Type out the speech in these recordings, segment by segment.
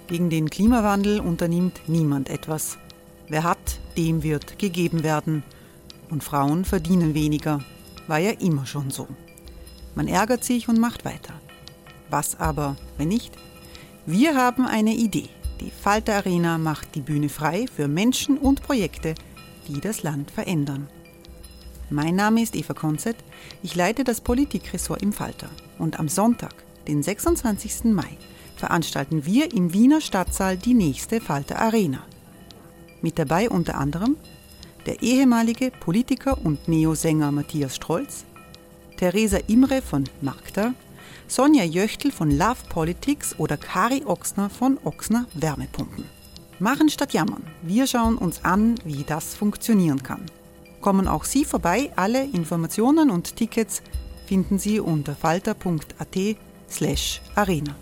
Gegen den Klimawandel unternimmt niemand etwas. Wer hat, dem wird gegeben werden. Und Frauen verdienen weniger. War ja immer schon so. Man ärgert sich und macht weiter. Was aber, wenn nicht? Wir haben eine Idee. Die Falter Arena macht die Bühne frei für Menschen und Projekte, die das Land verändern. Mein Name ist Eva Konzett. Ich leite das Politikressort im Falter. Und am Sonntag, den 26. Mai, veranstalten wir im Wiener Stadtsaal die nächste Falter Arena. Mit dabei unter anderem der ehemalige Politiker und Neosänger Matthias Strolz, Theresa Imre von Magda, Sonja Jöchtl von Love Politics oder Kari Ochsner von Ochsner Wärmepumpen. Machen statt jammern. Wir schauen uns an, wie das funktionieren kann. Kommen auch Sie vorbei. Alle Informationen und Tickets finden Sie unter falter.at/arena.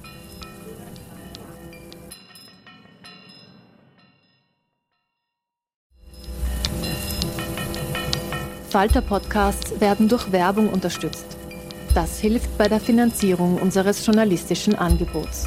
Falter-Podcasts werden durch Werbung unterstützt. Das hilft bei der Finanzierung unseres journalistischen Angebots.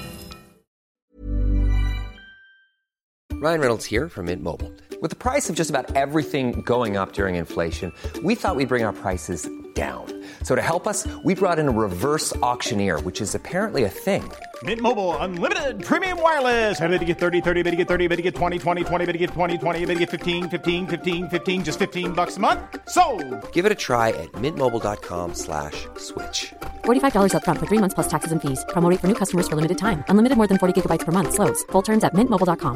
Ryan Reynolds here from Mint Mobile. With the price of just about everything going up during inflation, we thought we'd bring our prices down. So to help us, we brought in a reverse auctioneer, which is apparently a thing. Mint Mobile Unlimited Premium Wireless. How to get 30, 30, bit to get 30, bit to get 20, 20, 20, bit to get 20, 20, bit to get 15, 15, 15, 15, just $15 a month? Sold! Give it a try at mintmobile.com/switch. $45 up front for 3 months plus taxes and fees. Promo rate for new customers for limited time. Unlimited more than 40 gigabytes per month. Slows full terms at mintmobile.com.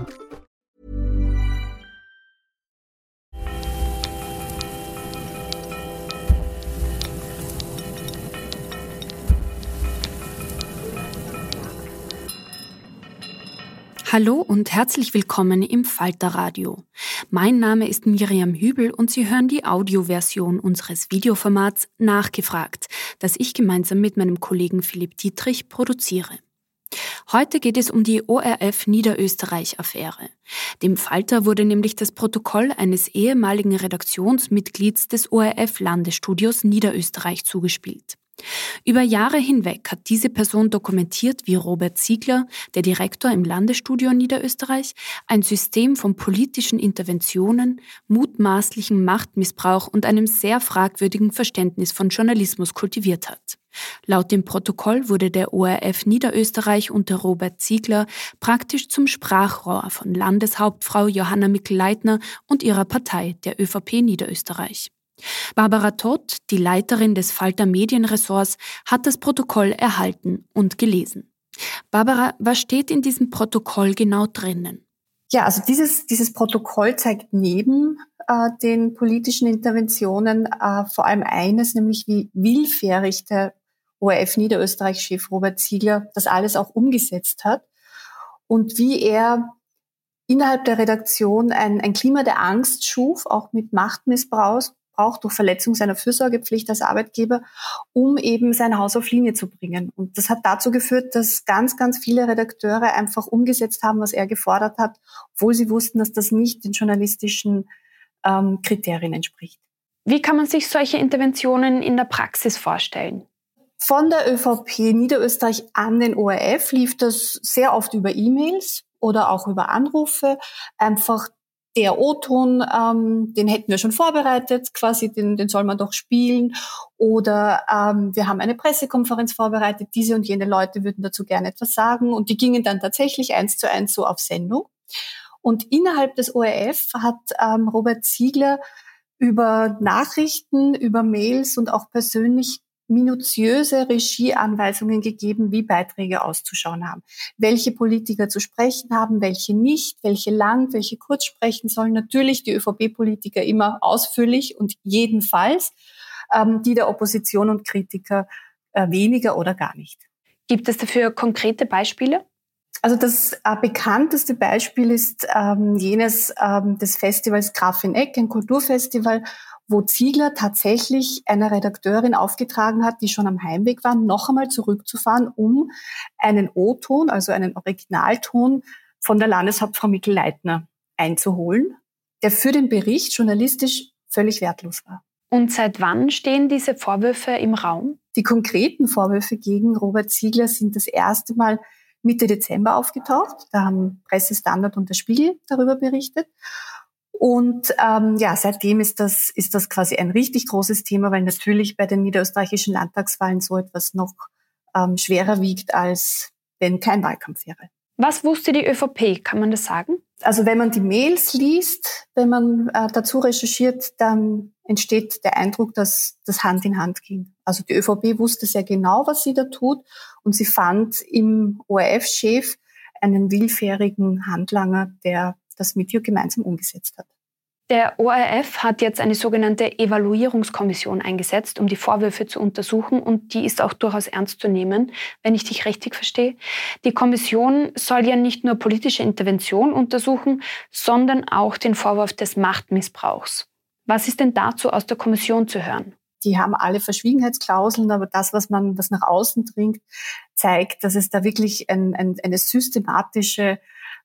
Hallo und herzlich willkommen im Falter-Radio. Mein Name ist Miriam Hübel und Sie hören die Audioversion unseres Videoformats Nachgefragt, das ich gemeinsam mit meinem Kollegen Philipp Dietrich produziere. Heute geht es um die ORF Niederösterreich-Affäre. Dem Falter wurde nämlich das Protokoll eines ehemaligen Redaktionsmitglieds des ORF-Landesstudios Niederösterreich zugespielt. Über Jahre hinweg hat diese Person dokumentiert, wie Robert Ziegler, der Direktor im Landesstudio Niederösterreich, ein System von politischen Interventionen, mutmaßlichem Machtmissbrauch und einem sehr fragwürdigen Verständnis von Journalismus kultiviert hat. Laut dem Protokoll wurde der ORF Niederösterreich unter Robert Ziegler praktisch zum Sprachrohr von Landeshauptfrau Johanna Mikl-Leitner und ihrer Partei, der ÖVP Niederösterreich. Barbara Todt, die Leiterin des Falter Medienressorts, hat das Protokoll erhalten und gelesen. Barbara, was steht in diesem Protokoll genau drinnen? Ja, also dieses Protokoll zeigt neben den politischen Interventionen vor allem eines, nämlich wie willfährig der ORF Niederösterreich-Chef Robert Ziegler das alles auch umgesetzt hat und wie er innerhalb der Redaktion ein Klima der Angst schuf, auch mit Machtmissbrauch, auch durch Verletzung seiner Fürsorgepflicht als Arbeitgeber, um eben sein Haus auf Linie zu bringen. Und das hat dazu geführt, dass ganz, ganz viele Redakteure einfach umgesetzt haben, was er gefordert hat, obwohl sie wussten, dass das nicht den journalistischen Kriterien entspricht. Wie kann man sich solche Interventionen in der Praxis vorstellen? Von der ÖVP Niederösterreich an den ORF lief das sehr oft über E-Mails oder auch über Anrufe, einfach der O-Ton, den hätten wir schon vorbereitet, quasi den soll man doch spielen. Oder wir haben eine Pressekonferenz vorbereitet, diese und jene Leute würden dazu gerne etwas sagen. Und die gingen dann tatsächlich 1:1 so auf Sendung. Und innerhalb des ORF hat Robert Ziegler über Nachrichten, über Mails und auch persönlich minutiöse Regieanweisungen gegeben, wie Beiträge auszuschauen haben. Welche Politiker zu sprechen haben, welche nicht, welche lang, welche kurz sprechen sollen. Natürlich die ÖVP-Politiker immer ausführlich und jedenfalls, die der Opposition und Kritiker weniger oder gar nicht. Gibt es dafür konkrete Beispiele? Also das bekannteste Beispiel ist jenes des Festivals Graf in Eck, ein Kulturfestival, wo Ziegler tatsächlich einer Redakteurin aufgetragen hat, die schon am Heimweg war, noch einmal zurückzufahren, um einen O-Ton, also einen Originalton von der Landeshauptfrau Mikl-Leitner einzuholen, der für den Bericht journalistisch völlig wertlos war. Und seit wann stehen diese Vorwürfe im Raum? Die konkreten Vorwürfe gegen Robert Ziegler sind das erste Mal Mitte Dezember aufgetaucht. Da haben Pressestandard und der Spiegel darüber berichtet. Und seitdem ist das quasi ein richtig großes Thema, weil natürlich bei den niederösterreichischen Landtagswahlen so etwas noch schwerer wiegt, als wenn kein Wahlkampf wäre. Was wusste die ÖVP? Kann man das sagen? Also wenn man die Mails liest, wenn man dazu recherchiert, dann entsteht der Eindruck, dass das Hand in Hand ging. Also die ÖVP wusste sehr genau, was sie da tut, und sie fand im ORF-Chef einen willfährigen Handlanger, der das mit ihr gemeinsam umgesetzt hat. Der ORF hat jetzt eine sogenannte Evaluierungskommission eingesetzt, um die Vorwürfe zu untersuchen, und die ist auch durchaus ernst zu nehmen, wenn ich dich richtig verstehe. Die Kommission soll ja nicht nur politische Intervention untersuchen, sondern auch den Vorwurf des Machtmissbrauchs. Was ist denn dazu aus der Kommission zu hören? Die haben alle Verschwiegenheitsklauseln, aber das, was nach außen dringt, zeigt, dass es da wirklich ein systematischer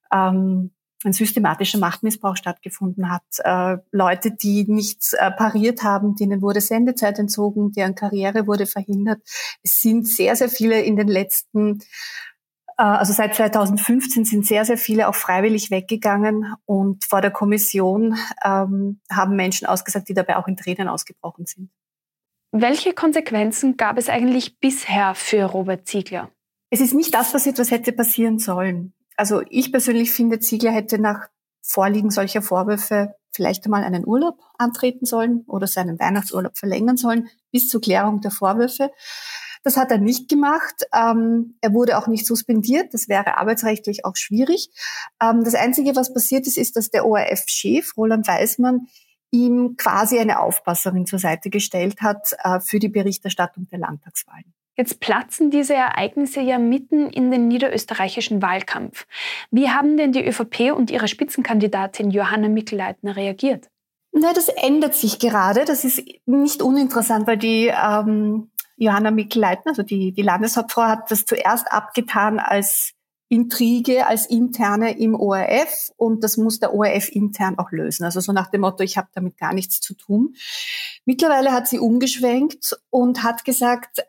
Machtmissbrauch stattgefunden hat. Leute, die nichts pariert haben, denen wurde Sendezeit entzogen, deren Karriere wurde verhindert. Es sind sehr, sehr viele in den letzten, seit 2015 sind sehr, sehr viele auch freiwillig weggegangen, und vor der Kommission haben Menschen ausgesagt, die dabei auch in Tränen ausgebrochen sind. Welche Konsequenzen gab es eigentlich bisher für Robert Ziegler? Es ist nicht das passiert, was hätte passieren sollen. Also ich persönlich finde, Ziegler hätte nach Vorliegen solcher Vorwürfe vielleicht einmal einen Urlaub antreten sollen oder seinen Weihnachtsurlaub verlängern sollen bis zur Klärung der Vorwürfe. Das hat er nicht gemacht. Er wurde auch nicht suspendiert. Das wäre arbeitsrechtlich auch schwierig. Das Einzige, was passiert ist, dass der ORF-Chef Roland Weismann ihm quasi eine Aufpasserin zur Seite gestellt hat für die Berichterstattung der Landtagswahlen. Jetzt platzen diese Ereignisse ja mitten in den niederösterreichischen Wahlkampf. Wie haben denn die ÖVP und ihre Spitzenkandidatin Johanna Mikl-Leitner reagiert? Na, das ändert sich gerade. Das ist nicht uninteressant, weil die Johanna Mikl-Leitner, also die Landeshauptfrau, hat das zuerst abgetan als Intrige, als interne im ORF, und das muss der ORF intern auch lösen. Also so nach dem Motto, ich habe damit gar nichts zu tun. Mittlerweile hat sie umgeschwenkt und hat gesagt,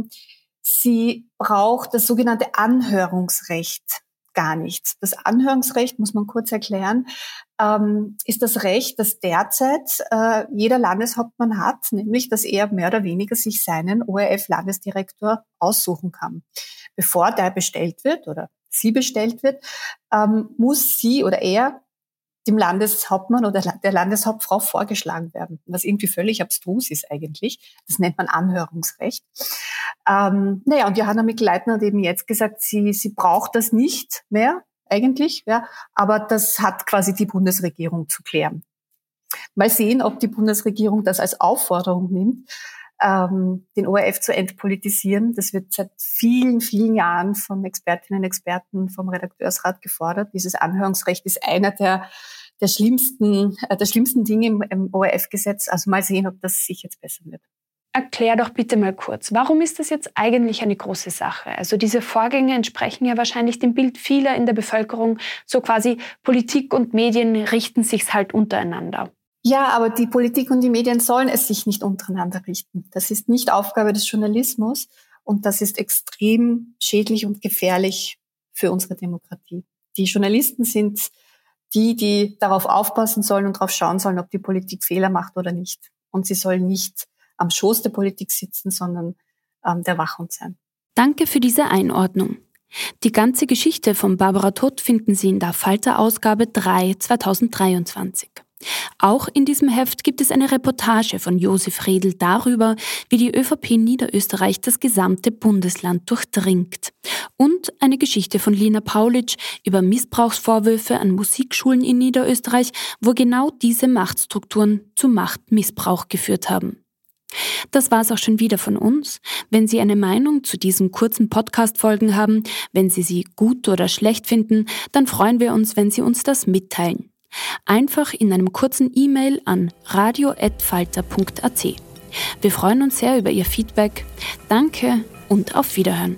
sie braucht das sogenannte Anhörungsrecht gar nicht. Das Anhörungsrecht, muss man kurz erklären, ist das Recht, das derzeit jeder Landeshauptmann hat, nämlich, dass er mehr oder weniger sich seinen ORF-Landesdirektor aussuchen kann. Bevor der bestellt wird oder sie bestellt wird, muss sie oder er dem Landeshauptmann oder der Landeshauptfrau vorgeschlagen werden, was irgendwie völlig abstrus ist eigentlich. Das nennt man Anhörungsrecht. Und Johanna Mikl-Leitner hat eben jetzt gesagt, sie braucht das nicht mehr eigentlich, ja, aber das hat quasi die Bundesregierung zu klären. Mal sehen, ob die Bundesregierung das als Aufforderung nimmt, den ORF zu entpolitischen. Das wird seit vielen, vielen Jahren von Expertinnen und Experten vom Redakteursrat gefordert. Dieses Anhörungsrecht ist einer der schlimmsten Dinge im ORF-Gesetz. Also mal sehen, ob das sich jetzt bessern wird. Erklär doch bitte mal kurz, warum ist das jetzt eigentlich eine große Sache? Also diese Vorgänge entsprechen ja wahrscheinlich dem Bild vieler in der Bevölkerung, so quasi Politik und Medien richten sich's halt untereinander. Ja, aber die Politik und die Medien sollen es sich nicht untereinander richten. Das ist nicht Aufgabe des Journalismus, und das ist extrem schädlich und gefährlich für unsere Demokratie. Die Journalisten sind die darauf aufpassen sollen und darauf schauen sollen, ob die Politik Fehler macht oder nicht. Und sie sollen nicht am Schoß der Politik sitzen, sondern der Wachhund sein. Danke für diese Einordnung. Die ganze Geschichte von Barbara Todt finden Sie in der Falter-Ausgabe 3 2023. Auch in diesem Heft gibt es eine Reportage von Josef Redl darüber, wie die ÖVP Niederösterreich das gesamte Bundesland durchdringt. Und eine Geschichte von Lina Paulitsch über Missbrauchsvorwürfe an Musikschulen in Niederösterreich, wo genau diese Machtstrukturen zu Machtmissbrauch geführt haben. Das war's auch schon wieder von uns. Wenn Sie eine Meinung zu diesen kurzen Podcast-Folgen haben, wenn Sie sie gut oder schlecht finden, dann freuen wir uns, wenn Sie uns das mitteilen. Einfach in einem kurzen E-Mail an radio@falter.at. Wir freuen uns sehr über Ihr Feedback. Danke und auf Wiederhören.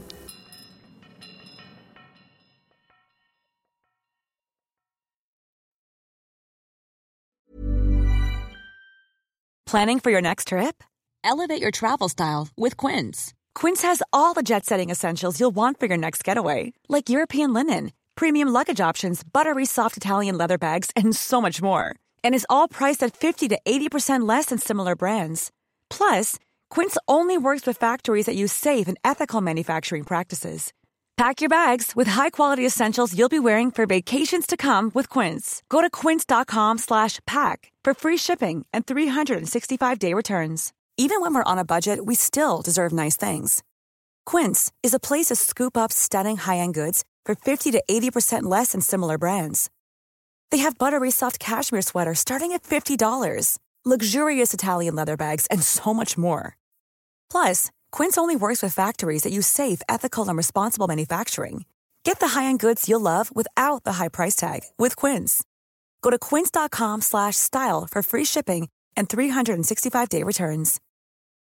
Planning for your next trip? Elevate your travel style with Quince. Quince has all the jet-setting essentials you'll want for your next getaway, like European linen, premium luggage options, buttery soft Italian leather bags, and so much more. And is all priced at 50 to 80% less than similar brands. Plus, Quince only works with factories that use safe and ethical manufacturing practices. Pack your bags with high-quality essentials you'll be wearing for vacations to come with Quince. Go to quince.com/pack for free shipping and 365-day returns. Even when we're on a budget, we still deserve nice things. Quince is a place to scoop up stunning high-end goods for 50 to 80% less than similar brands. They have buttery soft cashmere sweaters starting at $50, luxurious Italian leather bags, and so much more. Plus, Quince only works with factories that use safe, ethical, and responsible manufacturing. Get the high-end goods you'll love without the high price tag with Quince. Go to quince.com/style for free shipping and 365-day returns.